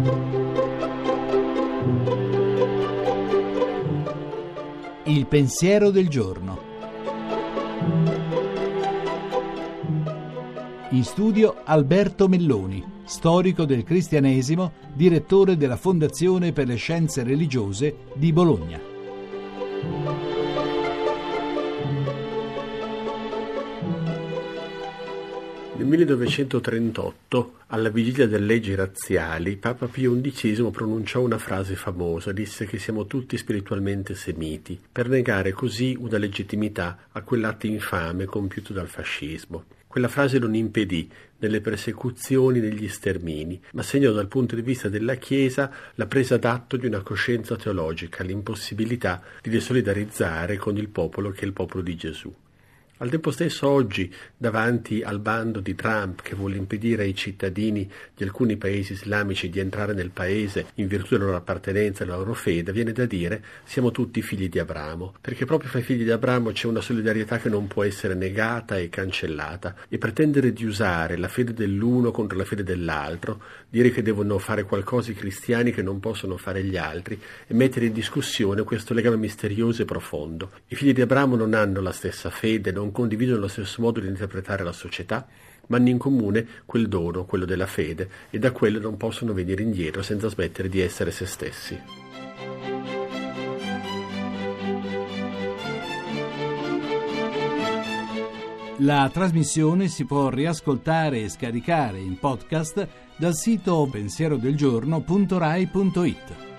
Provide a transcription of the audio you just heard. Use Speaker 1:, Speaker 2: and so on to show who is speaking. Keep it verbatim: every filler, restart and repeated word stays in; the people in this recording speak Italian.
Speaker 1: Il pensiero del giorno. In studio Alberto Melloni, storico del cristianesimo, direttore della Fondazione per le Scienze Religiose di Bologna.
Speaker 2: Nel millenovecentotrentotto, alla vigilia delle leggi razziali, Papa Pio undicesimo pronunciò una frase famosa, disse che siamo tutti spiritualmente semiti, per negare così una legittimità a quell'atto infame compiuto dal fascismo. Quella frase non impedì nelle persecuzioni e negli stermini, ma segnò dal punto di vista della Chiesa la presa d'atto di una coscienza teologica, l'impossibilità di desolidarizzare con il popolo che è il popolo di Gesù. Al tempo stesso oggi, davanti al bando di Trump che vuole impedire ai cittadini di alcuni paesi islamici di entrare nel paese in virtù della loro appartenenza e della loro fede, viene da dire siamo tutti figli di Abramo, perché proprio fra i figli di Abramo c'è una solidarietà che non può essere negata e cancellata, e pretendere di usare la fede dell'uno contro la fede dell'altro, dire che devono fare qualcosa i cristiani che non possono fare gli altri, e mettere in discussione questo legame misterioso e profondo. I figli di Abramo non hanno la stessa fede, non condividono lo stesso modo di interpretare la società, ma hanno in comune quel dono, quello della fede, e da quello non possono venire indietro senza smettere di essere se stessi.
Speaker 1: La trasmissione si può riascoltare e scaricare in podcast dal sito pensierodelgiorno punto rai punto it.